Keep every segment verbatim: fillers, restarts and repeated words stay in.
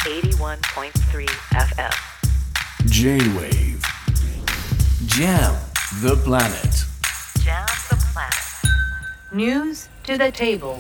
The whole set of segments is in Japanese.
eighty-one point three エフエム J-Wave Jam the planet Jam the planet News to the table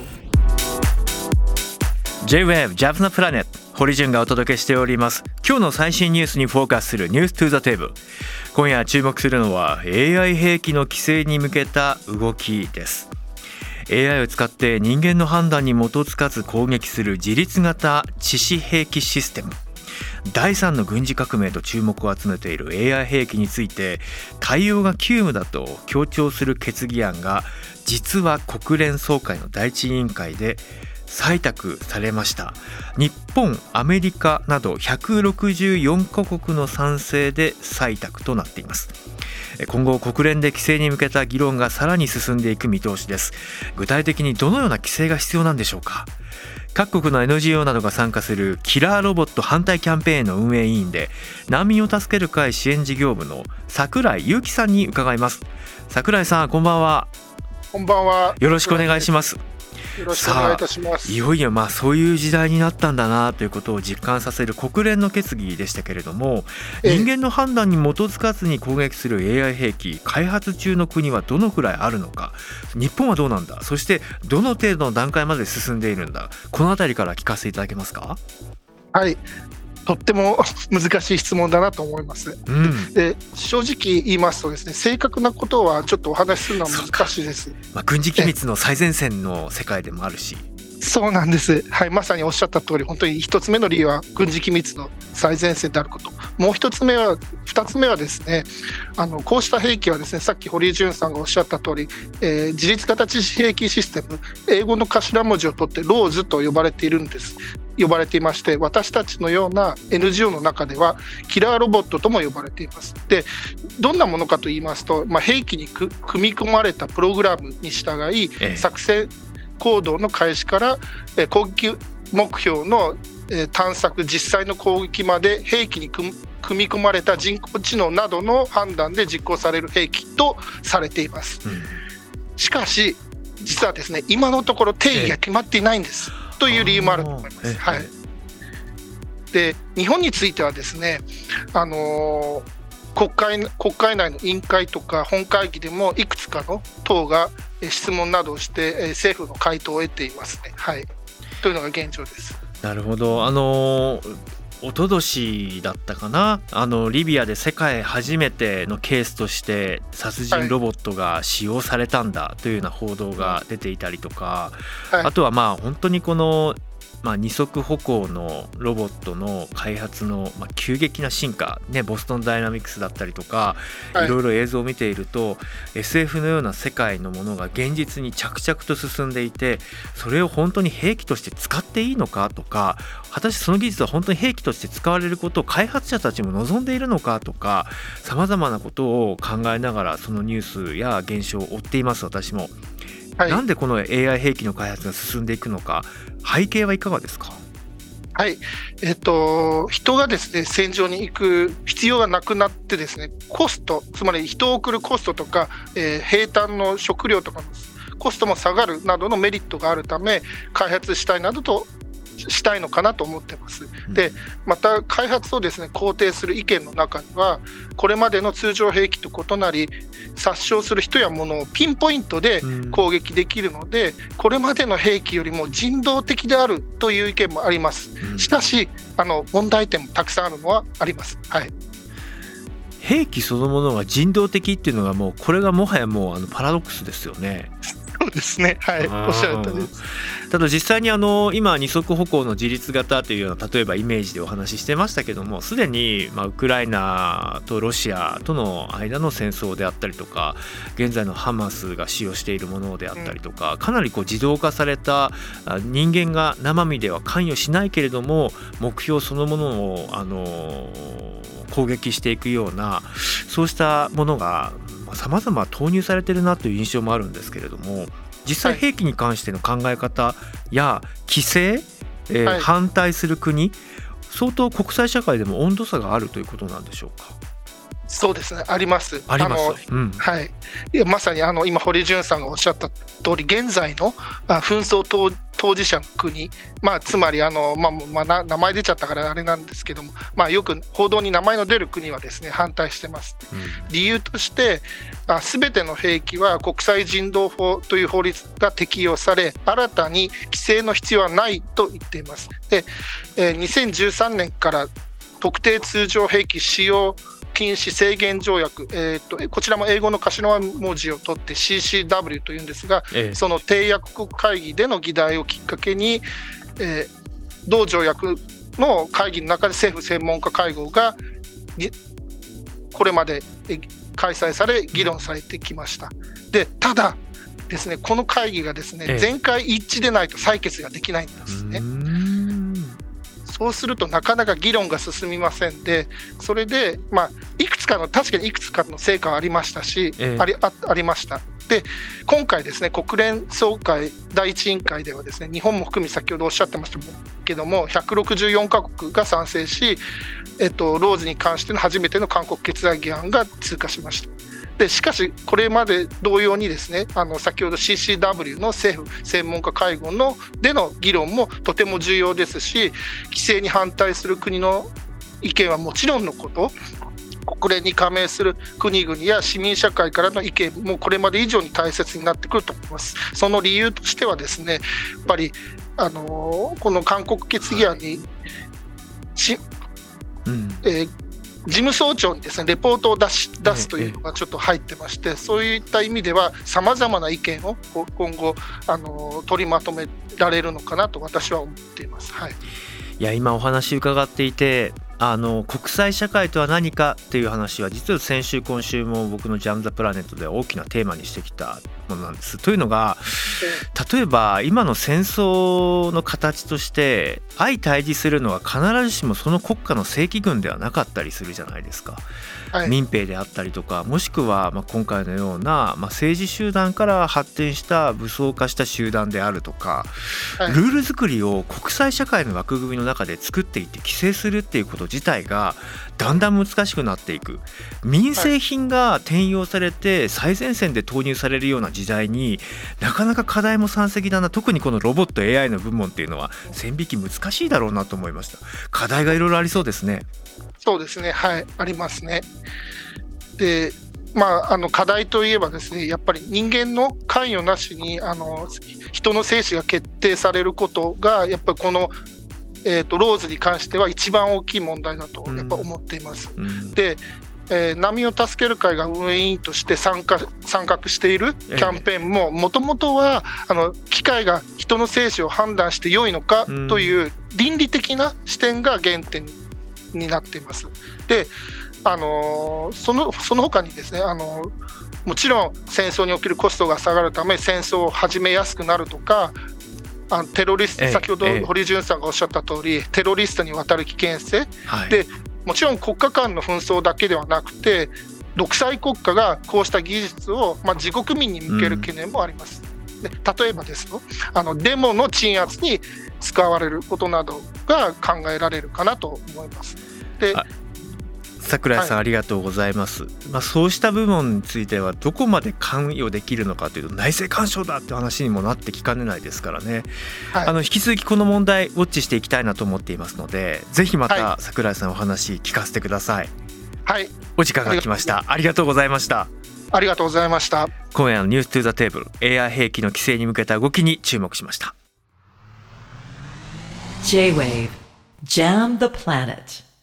J-Wave Jam the planet 堀潤がお届けしております。今日の最新ニュースにフォーカスする News to the table。 今夜注目するのは エーアイ 兵器の規制に向けた動きです。 エーアイ を使って人間の判断に基づかず攻撃する自律型致死兵器システム、第三の軍事革命と注目を集めている エーアイ 兵器について対応が急務だと強調する決議案が実は国連総会の第一委員会で採択されました。日本、アメリカなどひゃくろくじゅうよんカ国の賛成で採択となっています。今後国連で規制に向けた議論がさらに進んでいく見通しです。具体的にどのような規制が必要なんでしょうか。各国の エヌジーオー などが参加するキラーロボット反対キャンペーンの運営委員で難民を助ける会支援事業部の櫻井裕樹さんに伺います。櫻井さん、こんばんは。 こんばんは。 よろしくお願いします。 よろしくお願いいたします。 いよいよまあそういう時代になったんだなということを実感させる国連の決議でしたけれども、人間の判断に基づかずに攻撃する エーアイ 兵器開発中の国はどのくらいあるのか、日本はどうなんだ、そしてどの程度の段階まで進んでいるんだ、このあたりから聞かせていただけますか。 はい、とっても難しい質問だなと思います、うん、で正直言いますとですね、正確なことはちょっとお話しするのは難しいです。 まあ、軍事機密の最前線の世界でもあるし。 そうなんです、はい、まさにおっしゃった通り、本当に一つ目の理由は軍事機密の最前線であること、もう一つ目は二つ目はですね、あのこうした兵器はですね、さっき堀井潤さんがおっしゃった通り、えー、自律型致死兵器システム、英語の頭文字を取ってローズと呼ばれているんです呼ばれていまして、私たちのような エヌジーオー の中ではキラーロボットとも呼ばれています。で、どんなものかと言いますと、まあ、兵器に組み込まれたプログラムに従い、ええ、作戦行動の開始からえ攻撃目標のえ探索、実際の攻撃まで兵器に組み込まれた人工知能などの判断で実行される兵器とされています、うん、しかし実はですね、今のところ定義が決まっていないんです、ええという理由もあると思います。はい、で日本についてはですね、あのー、国会、国会内の委員会とか本会議でもいくつかの党が質問などをして政府の回答を得ていますね。はい、というのが現状です。 なるほど。あのー一昨年だったかな、あのリビアで世界初めてのケースとして殺人ロボットが使用されたんだというような報道が出ていたりとか、はい、あとはまあ本当にこのまあ、二足歩行のロボットの開発のまあ急激な進化、ね、ボストンダイナミクスだったりとか、はい、いろいろ映像を見ていると エスエフ のような世界のものが現実に着々と進んでいて、それを本当に兵器として使っていいのかとか、果たしてその技術は本当に兵器として使われることを開発者たちも望んでいるのかとか、さまざまなことを考えながらそのニュースや現象を追っています。私もはい、なんでこの エーアイ 兵器の開発が進んでいくのか、背景はいかがですか。 はい、えっと、人がですね、戦場に行く必要がなくなってですね、コスト、つまり人を送るコストとか、えー、兵隊の食料とかのコストも下がるなどのメリットがあるため開発したいなどとしたいのかなと思ってます。で、また開発をですね肯定する意見の中には、これまでの通常兵器と異なり殺傷する人や物をピンポイントで攻撃できるので、これまでの兵器よりも人道的であるという意見もあります。しかしあの問題点もたくさんあるのはあります。はい、 兵器そのものが人道的っていうのがもうこれがもはやもうあのパラドックスですよね。 そうですね、はい、おっしゃるとおりです。 ただ実際にあの今二足歩行の自律型というような例えばイメージでお話ししてましたけども、すでにまあウクライナとロシアとの間の戦争であったりとか、現在のハマスが使用しているものであったりとか、かなりこう自動化された人間が生身では関与しないけれども目標そのものをあの攻撃していくような、そうしたものがさまざま投入されてるなという印象もあるんですけれども、実際兵器に関しての考え方や規制、えーはい、反対する国、相当国際社会でも温度差があるということなんでしょうか。 そうですね、あります。 あります。 あの、 うん、 はい、いやまさにあの今堀潤さんがおっしゃった通り、現在のあ紛争当当事者の国、まあ、つまりあの、まあまあ、な名前出ちゃったからあれなんですけども、まあ、よく報道に名前の出る国はですね反対してます。 うん、 理由としてすべての兵器は国際人道法という法律が適用され、新たに規制の必要はないと言っています。で、えー、にせんじゅうさんねんから特定通常兵器使用禁止制限条約、えー、とこちらも英語の頭文字を取って シーシーダブリュー というんですが、ええ、その締約国会議での議題をきっかけに、えー、同条約の会議の中で政府専門家会合がこれまで開催され議論されてきました。でただですね、この会議がですね、ええ、全会一致でないと採決ができないんですね。そうするとなかなか議論が進みませんで、それで、まあ、いくつかの確かにいくつかの成果はありましたし、ええ、あり、あ、ありました。で今回ですね、国連総会第一委員会ではですね、日本も含み先ほどおっしゃってましたけどもひゃくろくじゅうよんカ国が賛成し、えっと、ローズに関しての初めての勧告決議議案が通過しました。でしかしこれまで同様にですね、あの先ほど シーシーダブリュー の政府専門家会合のでの議論もとても重要ですし、規制に反対する国の意見はもちろんのこと、国連に加盟する国々や市民社会からの意見もこれまで以上に大切になってくると思います。その理由としてはですね、やっぱりあのこの勧告決議案にし、うんえー事務総長にですねレポートを出し出すというのがちょっと入ってまして、そういった意味ではさまざまな意見を今後あの取りまとめられるのかなと私は思っています。はい、 いや今お話伺っていて、あの国際社会とは何かっていう話は実は先週今週も僕のジャム・ザ・プラネットで大きなテーマにしてきたものなんです。というのが、例えば今の戦争の形として相対峙するのは必ずしもその国家の正規軍ではなかったりするじゃないですか。はい、民兵であったりとか、もしくはまあ今回のようなまあ政治集団から発展した武装化した集団であるとか、はい、ルール作りを国際社会の枠組みの中で作っていって規制するっていうこと自体がだんだん難しくなっていく。民生品が転用されて最前線で投入されるような時代になかなか課題も山積だな。特にこのロボット エーアイ の部門っていうのは線引き難しいだろうなと思いました。課題がいろいろありそうですね。 そうですね、はい、ありますね。でまあ、あの課題といえばですね、やっぱり人間の関与なしにあの人の生死が決定されることがやっぱりこのえー、とローズに関しては一番大きい問題だとやっぱ思っています。うん、で、えー、難民を助ける会が運営委員として参加参画しているキャンペーンももともとはあの機械が人の生死を判断して良いのかという倫理的な視点が原点になっています。で、あのー、そのその他にですね、あのー、もちろん戦争におけるコストが下がるため戦争を始めやすくなるとか、あのテロリスト、先ほど堀潤さんがおっしゃった通り、テロリストにわたる危険性、はい、でもちろん国家間の紛争だけではなくて独裁国家がこうした技術を、まあ、自国民に向ける懸念もあります。うん、で例えばですよ、あのデモの鎮圧に使われることなどが考えられるかなと思います。で櫻井さん、はい、ありがとうございます。まあ、そうした部分についてはどこまで関与できるのかというと内政干渉だって話にもなってきかねないですからね。はい、あの引き続きこの問題ウォッチしていきたいなと思っていますので、ぜひまた櫻井さんお話聞かせてください。はい、お時間が来ました。ありがとうございました。 ありがとうございました。 今夜のニューストゥーザテーブル、エーアイ 兵器の規制に向けた動きに注目しました。 J-Wave Jam the Planet